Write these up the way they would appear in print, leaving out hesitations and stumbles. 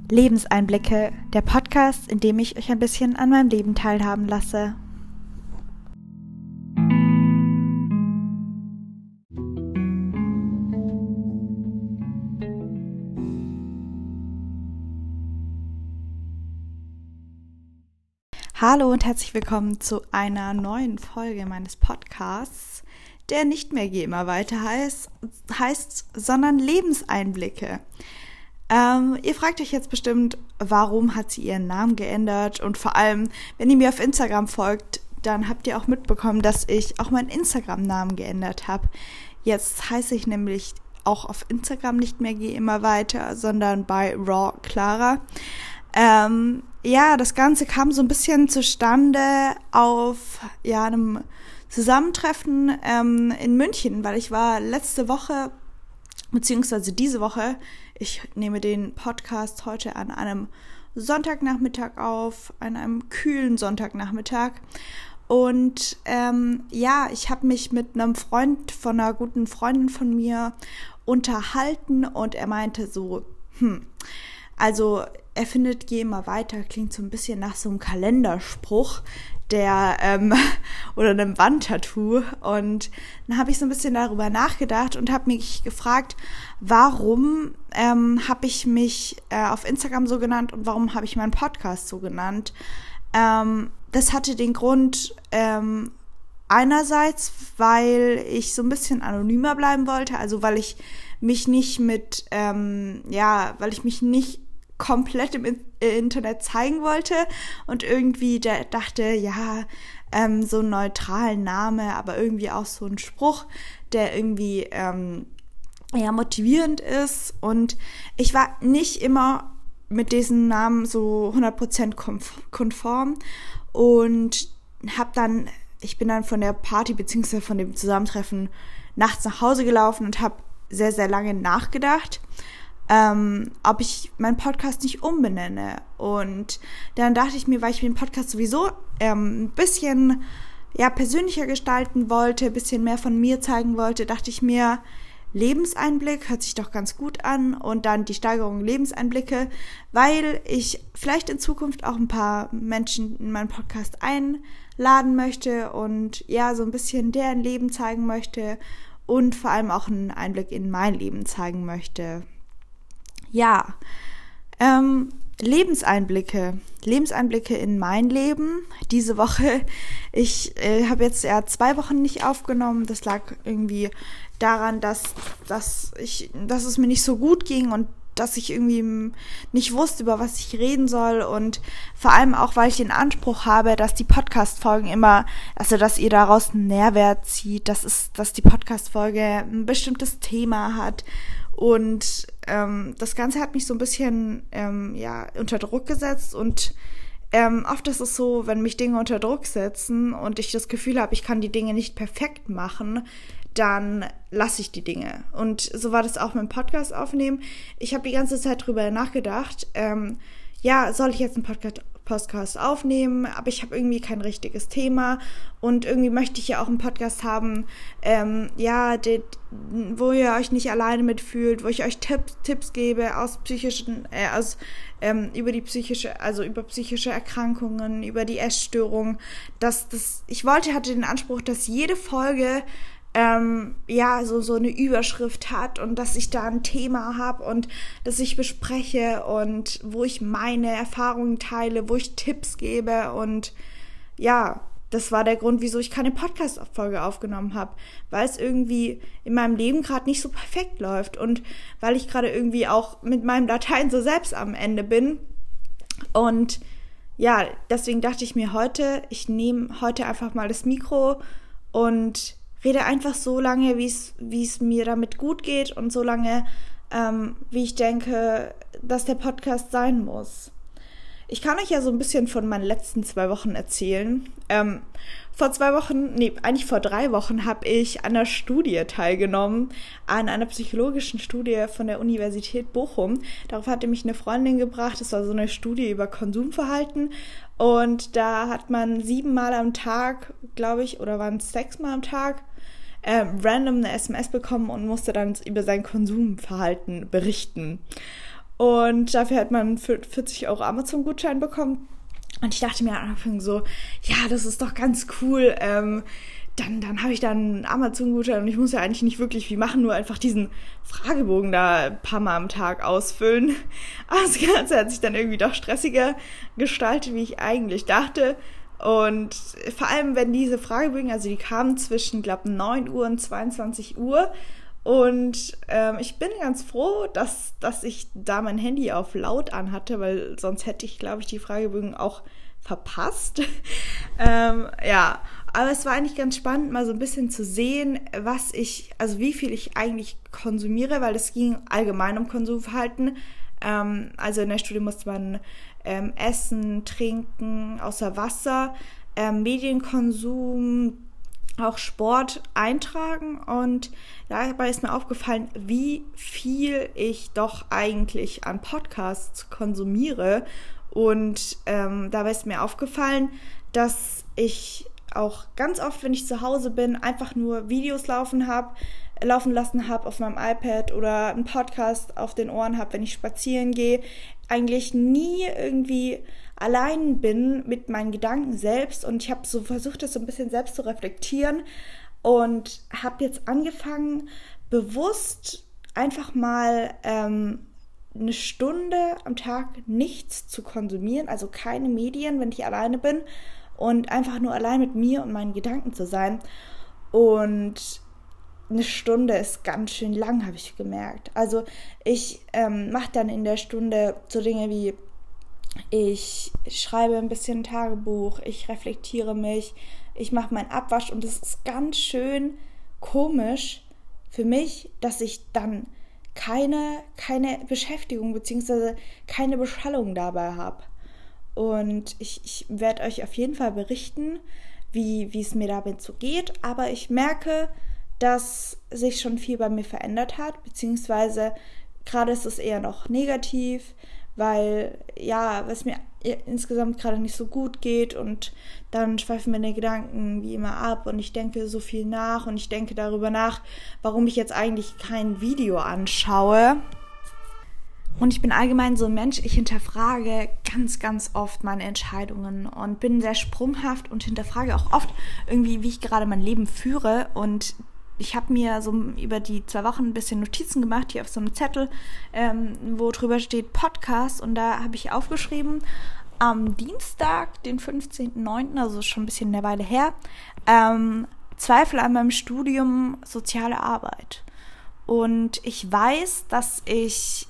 Lebenseinblicke, der Podcast, in dem ich euch ein bisschen an meinem Leben teilhaben lasse. Hallo und herzlich willkommen zu einer neuen Folge meines Podcasts, der nicht mehr Geh immer weiter heißt, sondern Lebenseinblicke. Ihr fragt euch jetzt bestimmt, warum hat sie ihren Namen geändert? Und vor allem, wenn ihr mir auf Instagram folgt, dann habt ihr auch mitbekommen, dass ich auch meinen Instagram-Namen geändert habe. Jetzt heiße ich nämlich auch auf Instagram nicht mehr Geh immer weiter, sondern bei Raw Clara. Das Ganze kam so ein bisschen zustande auf einem Zusammentreffen in München, weil ich war letzte Woche, beziehungsweise diese Woche, ich nehme den Podcast heute an einem Sonntagnachmittag auf, an einem kühlen Sonntagnachmittag. Und ich habe mich mit einem Freund von einer guten Freundin von mir unterhalten und er meinte so, also er findet Geh immer weiter, klingt so ein bisschen nach so einem Kalenderspruch, oder einem Wandtattoo. Und dann habe ich so ein bisschen darüber nachgedacht und habe mich gefragt, warum habe ich mich auf Instagram so genannt und warum habe ich meinen Podcast so genannt. Das hatte den Grund, einerseits, weil ich so ein bisschen anonymer bleiben wollte, also weil ich mich nicht weil ich mich nicht komplett im Internet zeigen wollte und irgendwie dachte, so einen neutralen Name, aber irgendwie auch so ein Spruch, der irgendwie motivierend ist. Und ich war nicht immer mit diesem Namen so 100% konform und ich bin dann von der Party bzw. von dem Zusammentreffen nachts nach Hause gelaufen und habe sehr, sehr lange nachgedacht, ob ich meinen Podcast nicht umbenenne. Und dann dachte ich mir, weil ich den Podcast sowieso ein bisschen persönlicher gestalten wollte, ein bisschen mehr von mir zeigen wollte, dachte ich mir, Lebenseinblick hört sich doch ganz gut an und dann die Steigerung Lebenseinblicke, weil ich vielleicht in Zukunft auch ein paar Menschen in meinen Podcast einladen möchte und so ein bisschen deren Leben zeigen möchte und vor allem auch einen Einblick in mein Leben zeigen möchte. Lebenseinblicke in mein Leben. Diese Woche, ich habe jetzt 2 Wochen nicht aufgenommen. Das lag irgendwie daran, dass es mir nicht so gut ging und dass ich irgendwie nicht wusste, über was ich reden soll und vor allem auch, weil ich den Anspruch habe, dass die Podcast-Folgen immer, also dass ihr daraus einen Nährwert zieht, dass die Podcast-Folge ein bestimmtes Thema hat. Und das Ganze hat mich so ein bisschen unter Druck gesetzt und oft ist es so, wenn mich Dinge unter Druck setzen und ich das Gefühl habe, ich kann die Dinge nicht perfekt machen, dann lasse ich die Dinge. Und so war das auch mit dem Podcast aufnehmen. Ich habe die ganze Zeit drüber nachgedacht, soll ich jetzt einen Podcast aufnehmen, aber ich habe irgendwie kein richtiges Thema und irgendwie möchte ich ja auch einen Podcast haben, wo ihr euch nicht alleine mitfühlt, wo ich euch Tipps gebe über psychische Erkrankungen, über die Essstörung. Ich hatte den Anspruch, dass jede Folge so eine Überschrift hat und dass ich da ein Thema habe und dass ich bespreche und wo ich meine Erfahrungen teile, wo ich Tipps gebe und das war der Grund, wieso ich keine Podcast-Folge aufgenommen habe, weil es irgendwie in meinem Leben gerade nicht so perfekt läuft und weil ich gerade irgendwie auch mit meinem Latein so selbst am Ende bin und deswegen dachte ich mir ich nehme heute einfach mal das Mikro und rede einfach so lange, wie es mir damit gut geht und so lange, wie ich denke, dass der Podcast sein muss. Ich kann euch ja so ein bisschen von meinen letzten 2 Wochen erzählen. Vor 3 Wochen habe ich an einer Studie teilgenommen, an einer psychologischen Studie von der Universität Bochum. Darauf hatte mich eine Freundin gebracht. Das war so eine Studie über Konsumverhalten. Und da hat man 7 Mal am Tag, glaube ich, oder waren es 6 Mal am Tag, random eine SMS bekommen und musste dann über sein Konsumverhalten berichten. Und dafür hat man 40 € Amazon-Gutschein bekommen. Und ich dachte mir am Anfang so, ja, das ist doch ganz cool. Dann habe ich da einen Amazon-Gutschein und ich muss ja eigentlich nicht wirklich viel machen, nur einfach diesen Fragebogen da ein paar Mal am Tag ausfüllen. Aber das Ganze hat sich dann irgendwie doch stressiger gestaltet, wie ich eigentlich dachte. Und vor allem, wenn diese Fragebögen, also die kamen zwischen, glaube 9 Uhr und 22 Uhr. Und ich bin ganz froh, dass ich da mein Handy auf laut anhatte, weil sonst hätte ich, glaube ich, die Fragebögen auch verpasst. Ja, aber es war eigentlich ganz spannend, mal so ein bisschen zu sehen, wie viel ich eigentlich konsumiere, weil es ging allgemein um Konsumverhalten. Also in der Studie musste man essen, trinken, außer Wasser, Medienkonsum, auch Sport eintragen, und dabei ist mir aufgefallen, wie viel ich doch eigentlich an Podcasts konsumiere, und dabei ist mir aufgefallen, dass ich auch ganz oft, wenn ich zu Hause bin, einfach nur Videos laufen lassen habe auf meinem iPad oder einen Podcast auf den Ohren habe, wenn ich spazieren gehe, eigentlich nie irgendwie allein bin mit meinen Gedanken selbst, und ich habe so versucht, das so ein bisschen selbst zu reflektieren und habe jetzt angefangen, bewusst einfach mal eine Stunde am Tag nichts zu konsumieren, also keine Medien, wenn ich alleine bin, und einfach nur allein mit mir und meinen Gedanken zu sein. Und eine Stunde ist ganz schön lang, habe ich gemerkt. Also ich mache dann in der Stunde so Dinge wie, ich schreibe ein bisschen Tagebuch, ich reflektiere mich, ich mache meinen Abwasch, und es ist ganz schön komisch für mich, dass ich dann keine Beschäftigung bzw. keine Beschallung dabei habe. Und ich werde euch auf jeden Fall berichten, wie es mir damit so geht, aber ich merke, dass sich schon viel bei mir verändert hat, beziehungsweise gerade ist es eher noch negativ, weil es mir insgesamt gerade nicht so gut geht, und dann schweifen meine Gedanken wie immer ab und ich denke so viel nach, und ich denke darüber nach, warum ich jetzt eigentlich kein Video anschaue. Und ich bin allgemein so ein Mensch, ich hinterfrage ganz, ganz oft meine Entscheidungen und bin sehr sprunghaft und hinterfrage auch oft irgendwie, wie ich gerade mein Leben führe. Und ich habe mir so über die 2 Wochen ein bisschen Notizen gemacht, hier auf so einem Zettel, wo drüber steht Podcast. Und da habe ich aufgeschrieben, am Dienstag, den 15.09., also schon ein bisschen eine Weile her, Zweifel an meinem Studium Soziale Arbeit. Und ich weiß, dass ich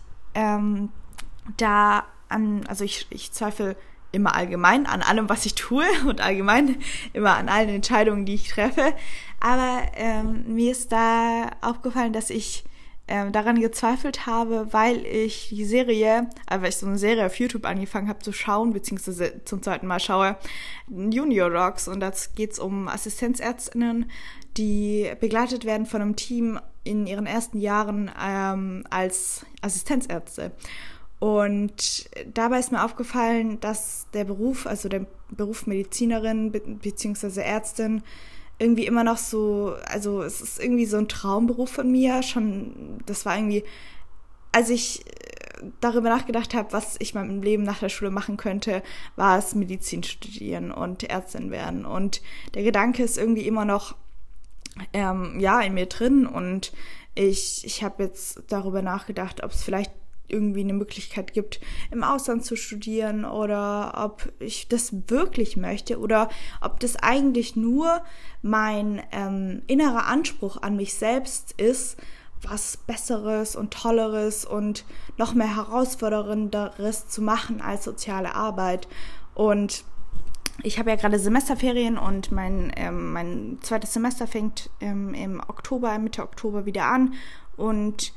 ich zweifle immer allgemein an allem, was ich tue, und allgemein immer an allen Entscheidungen, die ich treffe. Aber mir ist da aufgefallen, dass ich daran gezweifelt habe, weil ich so eine Serie auf YouTube angefangen habe zu schauen, beziehungsweise zum 2. Mal schaue, Junior Docs, und da geht es um AssistenzärztInnen, die begleitet werden von einem Team in ihren ersten Jahren als Assistenzärzte. Und dabei ist mir aufgefallen, dass der Beruf Medizinerin bzw. Ärztin irgendwie immer noch so, also es ist irgendwie so ein Traumberuf von mir. Das war irgendwie, als ich darüber nachgedacht habe, was ich in meinem Leben nach der Schule machen könnte, war es Medizin studieren und Ärztin werden. Und der Gedanke ist irgendwie immer noch in mir drin, und ich habe jetzt darüber nachgedacht, ob es vielleicht irgendwie eine Möglichkeit gibt, im Ausland zu studieren, oder ob ich das wirklich möchte, oder ob das eigentlich nur mein innerer Anspruch an mich selbst ist, was Besseres und Tolleres und noch mehr Herausfordernderes zu machen als soziale Arbeit. Und ich habe ja gerade Semesterferien, und mein 2. Semester fängt im Oktober, Mitte Oktober wieder an, und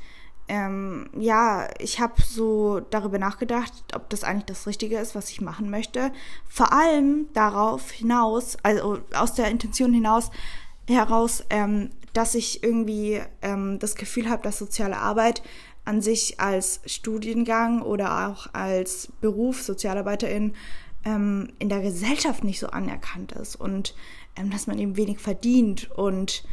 ich habe so darüber nachgedacht, ob das eigentlich das Richtige ist, was ich machen möchte. Vor allem darauf hinaus, also aus der Intention heraus, dass ich irgendwie das Gefühl habe, dass soziale Arbeit an sich als Studiengang oder auch als Beruf Sozialarbeiterin in der Gesellschaft nicht so anerkannt ist, und dass man eben wenig verdient. Und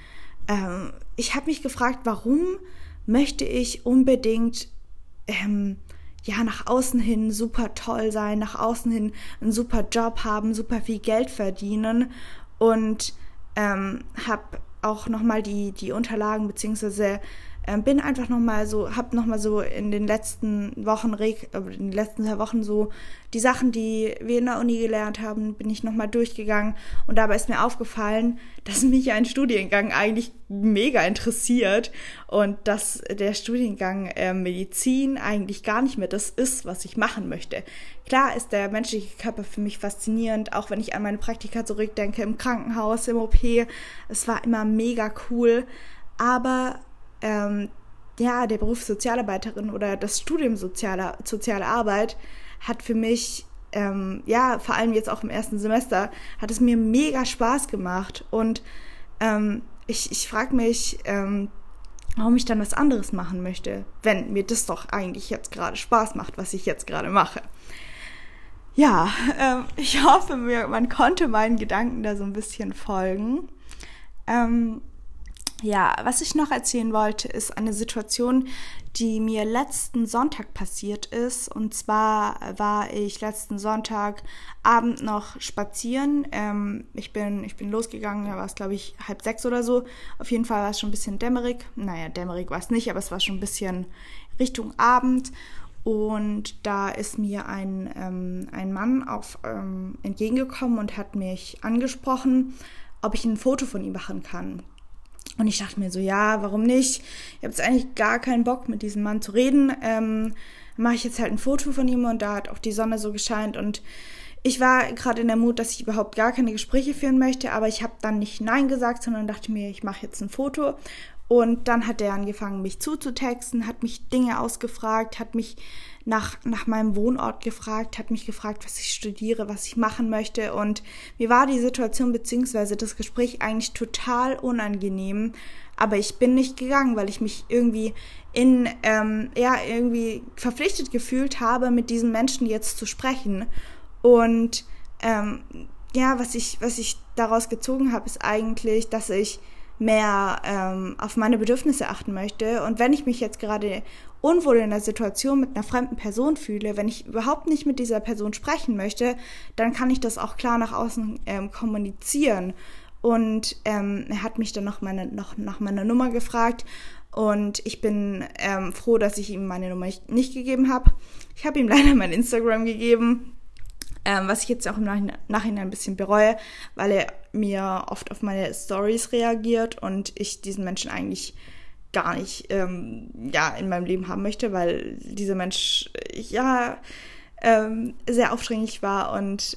ich habe mich gefragt, warum möchte ich unbedingt ja, nach außen hin super toll sein, nach außen hin einen super Job haben, super viel Geld verdienen und habe auch nochmal die Unterlagen, beziehungsweise bin einfach nochmal so, habe nochmal so in den letzten Wochen, in den letzten 2 Wochen so die Sachen, die wir in der Uni gelernt haben, bin ich nochmal durchgegangen und dabei ist mir aufgefallen, dass mich ein Studiengang eigentlich mega interessiert und dass der Studiengang Medizin eigentlich gar nicht mehr das ist, was ich machen möchte. Klar ist der menschliche Körper für mich faszinierend, auch wenn ich an meine Praktika zurückdenke, im Krankenhaus, im OP, es war immer mega cool, aber ja, der Beruf Sozialarbeiterin oder das Studium soziale Arbeit hat für mich, ja, vor allem jetzt auch im ersten Semester, hat es mir mega Spaß gemacht. Und ich frage mich, warum ich dann was anderes machen möchte, wenn mir das doch eigentlich jetzt gerade Spaß macht, was ich jetzt gerade mache. Ja, ich hoffe, man konnte meinen Gedanken da so ein bisschen folgen. Ja, was ich noch erzählen wollte, ist eine Situation, die mir letzten Sonntag passiert ist. Und zwar war ich letzten Sonntagabend noch spazieren. Ich bin losgegangen, da war es, glaube ich, 5:30 oder so. Auf jeden Fall war es schon ein bisschen dämmerig. Naja, dämmerig war es nicht, aber es war schon ein bisschen Richtung Abend. Und da ist mir ein Mann entgegengekommen und hat mich angesprochen, ob ich ein Foto von ihm machen kann. Und ich dachte mir so, ja, warum nicht? Ich habe jetzt eigentlich gar keinen Bock, mit diesem Mann zu reden. Mache ich jetzt halt ein Foto von ihm und da hat auch die Sonne so gescheint. Und ich war gerade in der Mut, dass ich überhaupt gar keine Gespräche führen möchte, aber ich habe dann nicht Nein gesagt, sondern dachte mir, ich mache jetzt ein Foto. Und dann hat er angefangen, mich zuzutexten, hat mich Dinge ausgefragt, hat mich nach meinem Wohnort gefragt, hat mich gefragt, was ich studiere, was ich machen möchte. Und mir war die Situation bzw. das Gespräch eigentlich total unangenehm. Aber ich bin nicht gegangen, weil ich mich irgendwie irgendwie verpflichtet gefühlt habe, mit diesen Menschen jetzt zu sprechen. Und was ich daraus gezogen habe, ist eigentlich, dass ich mehr auf meine Bedürfnisse achten möchte. Und wenn ich mich jetzt gerade unwohl in der Situation mit einer fremden Person fühle, wenn ich überhaupt nicht mit dieser Person sprechen möchte, dann kann ich das auch klar nach außen kommunizieren. Und er hat mich dann noch nach meiner Nummer gefragt und ich bin froh, dass ich ihm meine Nummer nicht gegeben habe. Ich habe ihm leider mein Instagram gegeben, was ich jetzt auch im Nachhinein ein bisschen bereue, weil er mir oft auf meine Stories reagiert und ich diesen Menschen eigentlich gar nicht in meinem Leben haben möchte, weil dieser Mensch sehr aufdringlich war und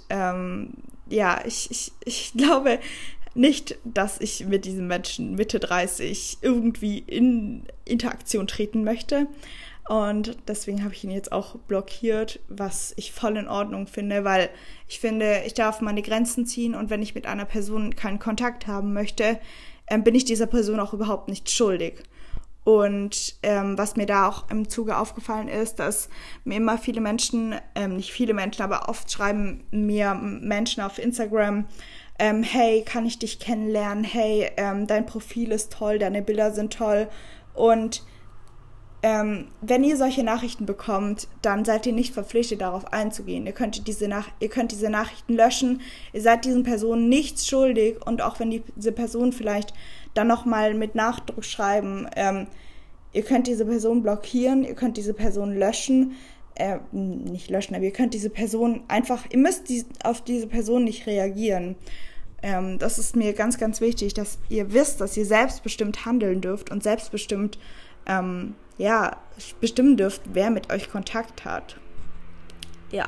ich glaube nicht, dass ich mit diesem Menschen Mitte 30 irgendwie in Interaktion treten möchte. Und deswegen habe ich ihn jetzt auch blockiert, was ich voll in Ordnung finde, weil ich finde, ich darf meine Grenzen ziehen und wenn ich mit einer Person keinen Kontakt haben möchte, bin ich dieser Person auch überhaupt nicht schuldig. Und was mir da auch im Zuge aufgefallen ist, dass mir immer viele Menschen, nicht viele Menschen, aber oft schreiben mir Menschen auf Instagram, hey, kann ich dich kennenlernen? Hey, dein Profil ist toll, deine Bilder sind toll. Und wenn ihr solche Nachrichten bekommt, dann seid ihr nicht verpflichtet, darauf einzugehen. Ihr könnt diese Nachrichten löschen. Ihr seid diesen Personen nichts schuldig. Und auch wenn diese Person vielleicht dann nochmal mit Nachdruck schreiben, ihr könnt diese Person blockieren, ihr könnt diese Person löschen. Nicht löschen, aber ihr könnt diese Person einfach, ihr müsst auf diese Person nicht reagieren. Das ist mir ganz, ganz wichtig, dass ihr wisst, dass ihr selbstbestimmt handeln dürft und selbstbestimmt bestimmen dürft, wer mit euch Kontakt hat. Ja.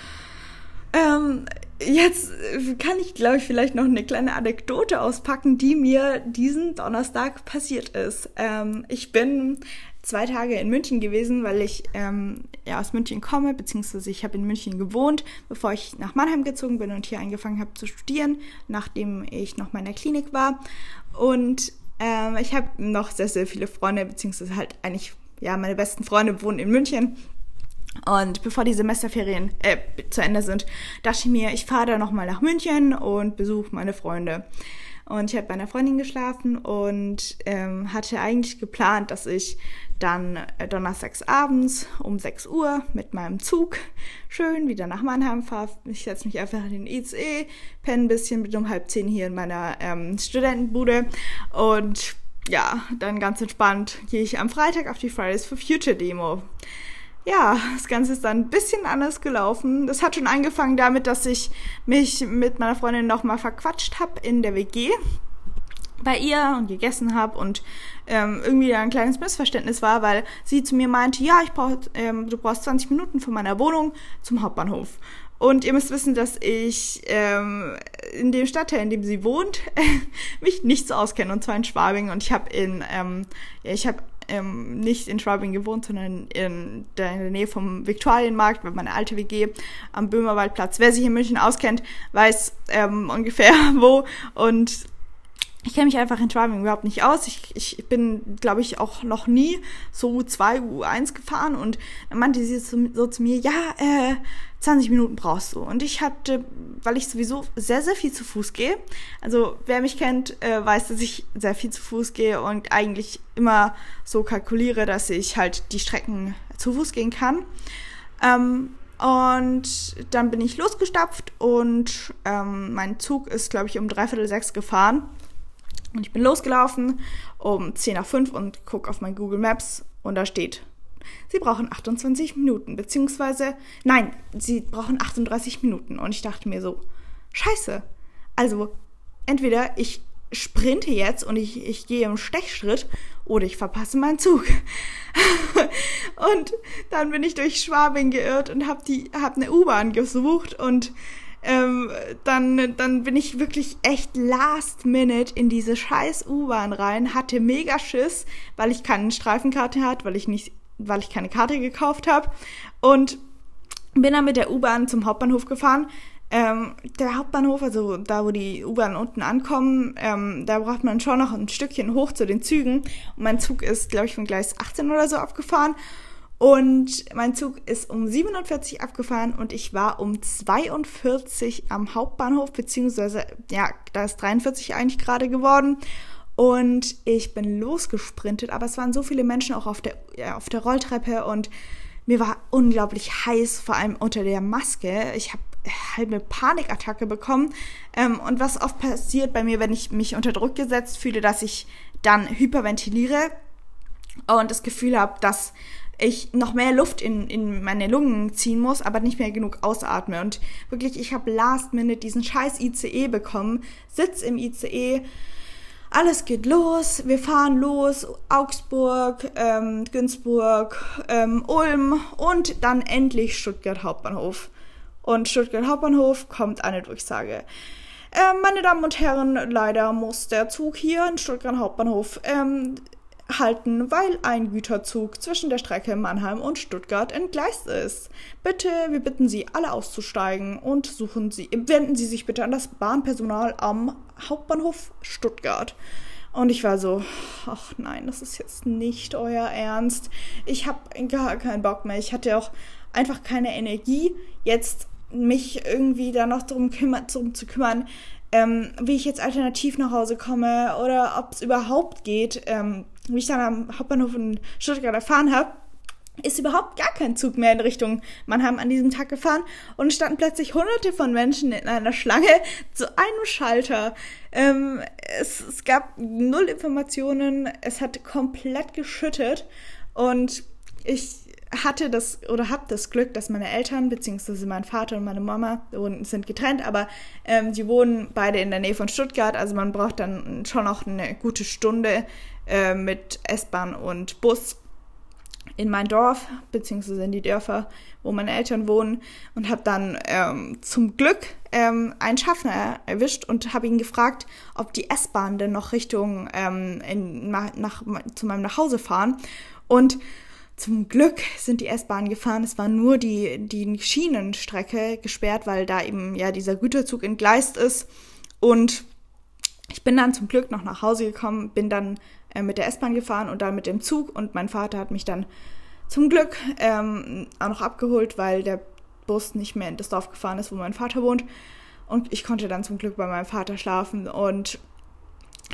Jetzt kann ich, glaube ich, vielleicht noch eine kleine Anekdote auspacken, die mir diesen Donnerstag passiert ist. Ich bin 2 Tage in München gewesen, weil ich aus München komme, beziehungsweise ich habe in München gewohnt, bevor ich nach Mannheim gezogen bin und hier angefangen habe zu studieren, nachdem ich noch mal in der Klinik war. Und ich habe noch sehr, sehr viele Freunde, beziehungsweise halt eigentlich, meine besten Freunde wohnen in München. Und bevor die Semesterferien zu Ende sind, dachte ich mir, ich fahre da nochmal nach München und besuche meine Freunde. und ich habe bei einer Freundin geschlafen und hatte eigentlich geplant, dass ich dann donnerstags abends um 6 Uhr mit meinem Zug schön wieder nach Mannheim fahre. Ich setze mich einfach in den ICE, penne ein bisschen, bin um 9:30 hier in meiner Studentenbude und ja, dann ganz entspannt gehe ich am Freitag auf die Fridays for Future Demo. Ja, das Ganze ist dann ein bisschen anders gelaufen. Das hat schon angefangen damit, dass ich mich mit meiner Freundin nochmal verquatscht habe in der WG bei ihr und gegessen habe und irgendwie da ein kleines Missverständnis war, weil sie zu mir meinte, ja, du brauchst 20 Minuten von meiner Wohnung zum Hauptbahnhof. Und ihr müsst wissen, dass ich in dem Stadtteil, in dem sie wohnt, mich nicht so auskenne, und zwar in Schwabing. Und ich habe nicht in Schwabing gewohnt, sondern in der Nähe vom Viktualienmarkt, weil meine alte WG am Böhmerwaldplatz. Wer sich in München auskennt, weiß ungefähr wo. Und ich kenne mich einfach in Schwabing überhaupt nicht aus. Ich bin, glaube ich, auch noch nie so U2, U1 gefahren. Und dann meinte sie so zu mir, ja, 20 Minuten brauchst du. Und ich hatte, weil ich sowieso sehr, sehr viel zu Fuß gehe, also wer mich kennt, weiß, dass ich sehr viel zu Fuß gehe und eigentlich immer so kalkuliere, dass ich halt die Strecken zu Fuß gehen kann. Und dann bin ich losgestapft und mein Zug ist, glaube ich, um 5:45 gefahren. Und ich bin losgelaufen um 4:10 und gucke auf mein Google Maps und da steht, sie brauchen 28 Minuten, beziehungsweise, nein, sie brauchen 38 Minuten. Und ich dachte mir so, scheiße, also entweder ich sprinte jetzt und ich gehe im Stechschritt oder ich verpasse meinen Zug. Und dann bin ich durch Schwabing geirrt und hab eine U-Bahn gesucht und dann bin ich wirklich echt last minute in diese scheiß U-Bahn rein, hatte mega Schiss, weil ich keine Streifenkarte hatte, weil ich keine Karte gekauft habe und bin dann mit der U-Bahn zum Hauptbahnhof gefahren. Der Hauptbahnhof, also da, wo die U-Bahn unten ankommen, da braucht man schon noch ein Stückchen hoch zu den Zügen. Und mein Zug ist, glaube ich, von Gleis 18 oder so abgefahren. Und mein Zug ist um 47 abgefahren und ich war um 42 am Hauptbahnhof, beziehungsweise, ja, da ist 43 eigentlich gerade geworden. Und ich bin losgesprintet, aber es waren so viele Menschen auch auf der Rolltreppe und mir war unglaublich heiß, vor allem unter der Maske. Ich habe halt eine Panikattacke bekommen. Und was oft passiert bei mir, wenn ich mich unter Druck gesetzt fühle, dass ich dann hyperventiliere und das Gefühl habe, dass ich noch mehr Luft in meine Lungen ziehen muss, aber nicht mehr genug ausatme. Und wirklich, ich habe last minute diesen scheiß ICE bekommen, sitz im ICE, alles geht los, wir fahren los, Augsburg, Günzburg, Ulm und dann endlich Stuttgart Hauptbahnhof. Und Stuttgart Hauptbahnhof kommt eine Durchsage. Meine Damen und Herren, leider muss der Zug hier in Stuttgart Hauptbahnhof halten, weil ein Güterzug zwischen der Strecke Mannheim und Stuttgart entgleist ist. Bitte, wir bitten Sie, alle auszusteigen und wenden Sie sich bitte an das Bahnpersonal am Hauptbahnhof Stuttgart. Und ich war so, ach nein, das ist jetzt nicht euer Ernst. Ich habe gar keinen Bock mehr. Ich hatte auch einfach keine Energie, jetzt mich irgendwie da noch darum zu kümmern, wie ich jetzt alternativ nach Hause komme oder ob es überhaupt geht. Wie ich dann am Hauptbahnhof in Stuttgart erfahren habe, ist überhaupt gar kein Zug mehr in Richtung Mannheim an diesem Tag gefahren und es standen plötzlich hunderte von Menschen in einer Schlange zu einem Schalter. Es gab 0 Informationen, es hat komplett geschüttet und ich habe das Glück, dass meine Eltern, beziehungsweise mein Vater und meine Mama sind getrennt, aber die wohnen beide in der Nähe von Stuttgart, also man braucht dann schon noch eine gute Stunde mit S-Bahn und Bus in mein Dorf, beziehungsweise in die Dörfer, wo meine Eltern wohnen und habe dann zum Glück einen Schaffner erwischt und habe ihn gefragt, ob die S-Bahn denn noch Richtung zu meinem Nachhause und zum Glück sind die S-Bahnen gefahren. Es war nur die Schienenstrecke gesperrt, weil da eben ja dieser Güterzug entgleist ist. Und ich bin dann zum Glück noch nach Hause gekommen, bin dann mit der S-Bahn gefahren und dann mit dem Zug. Und mein Vater hat mich dann zum Glück auch noch abgeholt, weil der Bus nicht mehr in das Dorf gefahren ist, wo mein Vater wohnt. Und ich konnte dann zum Glück bei meinem Vater schlafen. Und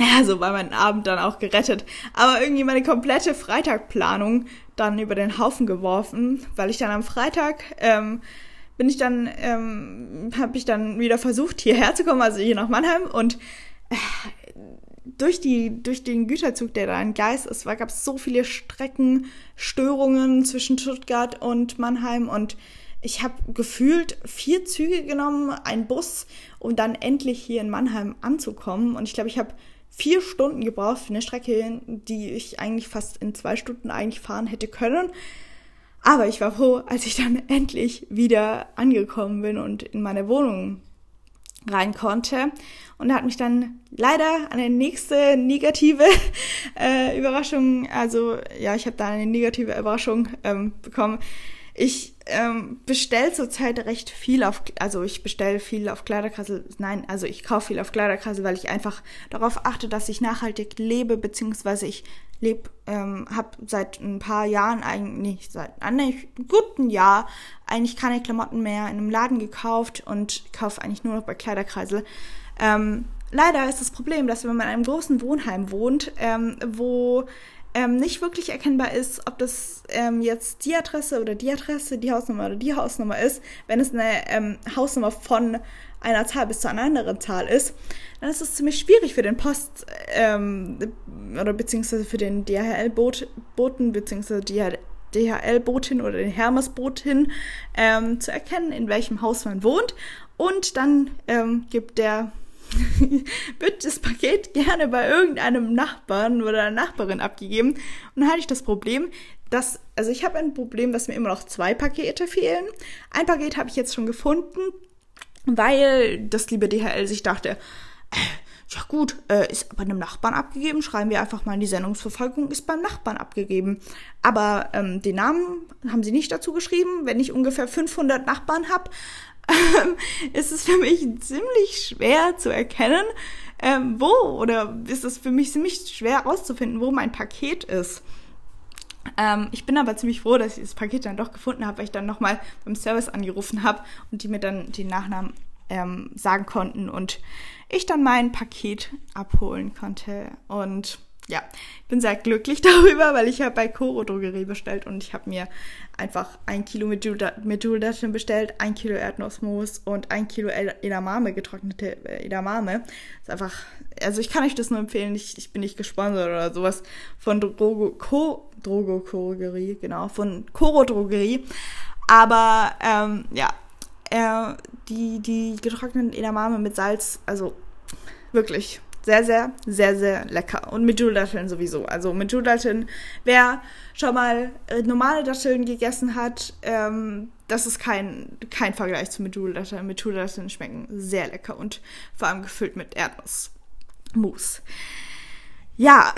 Ja, so war mein Abend dann auch gerettet. Aber irgendwie meine komplette Freitagplanung dann über den Haufen geworfen, weil ich dann am Freitag habe ich dann wieder versucht, hierher zu kommen, also hier nach Mannheim. Und durch den Güterzug, der da in Geist ist, gab es so viele Streckenstörungen zwischen Stuttgart und Mannheim. Und ich habe gefühlt 4 Züge genommen, einen Bus, um dann endlich hier in Mannheim anzukommen. Und ich glaube, ich habe 4 Stunden gebraucht für eine Strecke, die ich eigentlich fast in 2 Stunden eigentlich fahren hätte können. Aber ich war froh, als ich dann endlich wieder angekommen bin und in meine Wohnung rein konnte. Und da hat mich dann leider eine nächste negative Überraschung, also ja, ich habe da eine negative Überraschung bekommen. Ich bestelle zurzeit recht viel ich bestelle viel auf Kleiderkasse. Nein, also ich kaufe viel auf Kleiderkasse, weil ich einfach darauf achte, dass ich nachhaltig lebe, beziehungsweise ich habe seit ein paar Jahren seit einem guten Jahr eigentlich keine Klamotten mehr in einem Laden gekauft und kaufe eigentlich nur noch bei Kleiderkreisel. Leider ist das Problem, dass wenn man in einem großen Wohnheim wohnt, wo nicht wirklich erkennbar ist, ob das jetzt die Adresse oder die Adresse, die Hausnummer oder die Hausnummer ist. Wenn es eine Hausnummer von einer Zahl bis zu einer anderen Zahl ist, dann ist es ziemlich schwierig für den oder beziehungsweise für den DHL-Boten beziehungsweise DHL-Botin oder den Hermes-Botin zu erkennen, in welchem Haus man wohnt. Und dann wird das Paket gerne bei irgendeinem Nachbarn oder einer Nachbarin abgegeben. Und dann hatte ich das Problem, ich habe ein Problem, dass mir immer noch 2 Pakete fehlen. Ein Paket habe ich jetzt schon gefunden, weil das liebe DHL sich dachte, ja gut, ist bei einem Nachbarn abgegeben, schreiben wir einfach mal in die Sendungsverfolgung, ist beim Nachbarn abgegeben. Aber den Namen haben sie nicht dazu geschrieben. Wenn ich ungefähr 500 Nachbarn habe, ist es für mich ziemlich schwer zu erkennen, oder ist es für mich ziemlich schwer herauszufinden, wo mein Paket ist. Ich bin aber ziemlich froh, dass ich das Paket dann doch gefunden habe, weil ich dann nochmal beim Service angerufen habe und die mir dann den Nachnamen sagen konnten und ich dann mein Paket abholen konnte. Und ja, ich bin sehr glücklich darüber, weil ich habe bei Coro Drogerie bestellt und ich habe mir einfach 1 Kilo Methyl-Datteln bestellt, 1 Kilo Erdnussmus und 1 Kilo Edamame, getrocknete Edamame. Ist einfach, also ich kann euch das nur empfehlen, ich bin nicht gesponsert oder sowas von Coro Drogerie, genau, von Coro Drogerie. Aber die getrockneten Edamame mit Salz, also wirklich sehr, sehr, sehr, sehr lecker. Und Methyl-Datteln sowieso. Also Methyl-Datteln, wer schon mal normale Datteln gegessen hat, das ist kein Vergleich zu Methyl-Datteln. Methyl-Datteln schmecken sehr lecker und vor allem gefüllt mit Erdnussmus. Ja,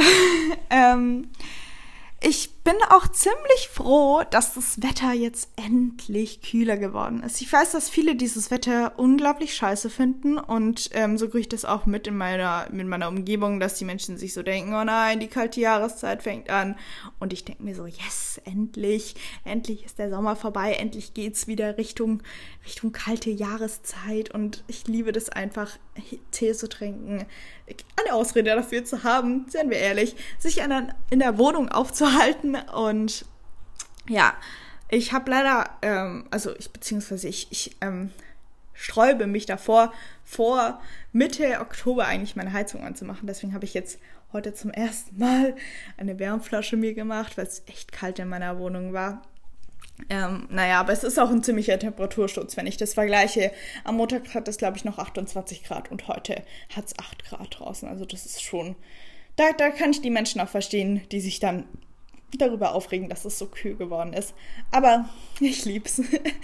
ich bin auch ziemlich froh, dass das Wetter jetzt endlich kühler geworden ist. Ich weiß, dass viele dieses Wetter unglaublich scheiße finden und so kriege ich das auch mit in meiner Umgebung, dass die Menschen sich so denken, oh nein, die kalte Jahreszeit fängt an. Und ich denke mir so, yes, endlich ist der Sommer vorbei, endlich geht's wieder Richtung kalte Jahreszeit und ich liebe das einfach, Tee zu trinken, eine Ausrede dafür zu haben, seien wir ehrlich, sich in der Wohnung aufzuhalten. Und ja, ich habe leider, ich sträube mich davor, vor Mitte Oktober eigentlich meine Heizung anzumachen. Deswegen habe ich jetzt heute zum ersten Mal eine Wärmflasche mir gemacht, weil es echt kalt in meiner Wohnung war. Aber es ist auch ein ziemlicher Temperaturschutz, wenn ich das vergleiche. Am Montag hat es, glaube ich, noch 28 Grad und heute hat es 8 Grad draußen. Also das ist schon, da kann ich die Menschen auch verstehen, die sich dann darüber aufregen, dass es so kühl geworden ist. Aber ich lieb's.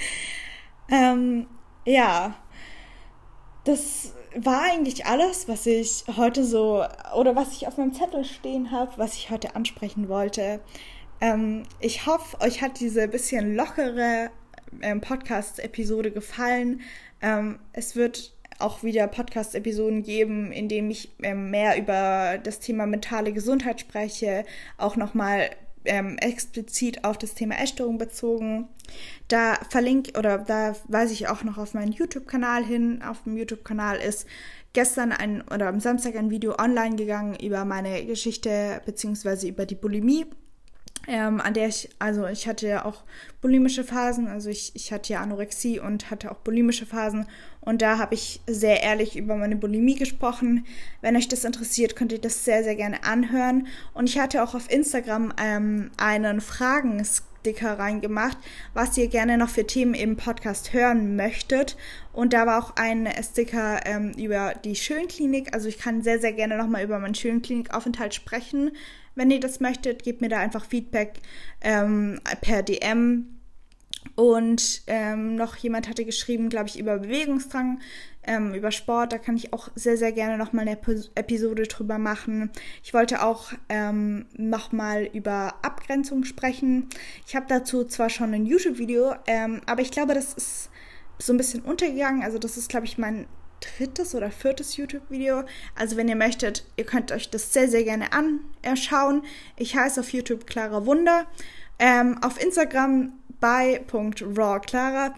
Das war eigentlich alles, was ich heute was ich auf meinem Zettel stehen habe, was ich heute ansprechen wollte. Ich hoffe, euch hat diese bisschen lockere Podcast-Episode gefallen. Es wird auch wieder Podcast-Episoden geben, in denen ich mehr über das Thema mentale Gesundheit spreche, auch nochmal explizit auf das Thema Essstörung bezogen. Da weise ich auch noch auf meinen YouTube-Kanal hin. Auf dem YouTube-Kanal ist am Samstag ein Video online gegangen über meine Geschichte beziehungsweise über die Bulimie. An der ich hatte ja auch bulimische Phasen, also ich hatte ja Anorexie und hatte auch bulimische Phasen und da habe ich sehr ehrlich über meine Bulimie gesprochen. Wenn euch das interessiert, könnt ihr das sehr, sehr gerne anhören. Und ich hatte auch auf Instagram einen Fragensticker reingemacht, was ihr gerne noch für Themen im Podcast hören möchtet. Und da war auch ein Sticker über die Schönklinik, also ich kann sehr, sehr gerne nochmal über meinen Schönklinikaufenthalt sprechen. Wenn ihr das möchtet, gebt mir da einfach Feedback per DM. Und noch jemand hatte geschrieben, glaube ich, über Bewegungsdrang, über Sport. Da kann ich auch sehr, sehr gerne nochmal eine Episode drüber machen. Ich wollte auch nochmal über Abgrenzung sprechen. Ich habe dazu zwar schon ein YouTube-Video, aber ich glaube, das ist so ein bisschen untergegangen. Also das ist, glaube ich, mein 3. oder 4. YouTube-Video. Also wenn ihr möchtet, ihr könnt euch das sehr, sehr gerne anschauen. Ich heiße auf YouTube Clara Wunder. Auf Instagram bei @rawclara.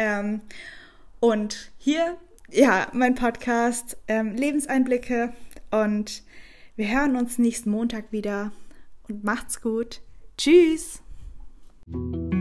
Und hier, ja, mein Podcast Lebenseinblicke. Und wir hören uns nächsten Montag wieder. Und macht's gut. Tschüss!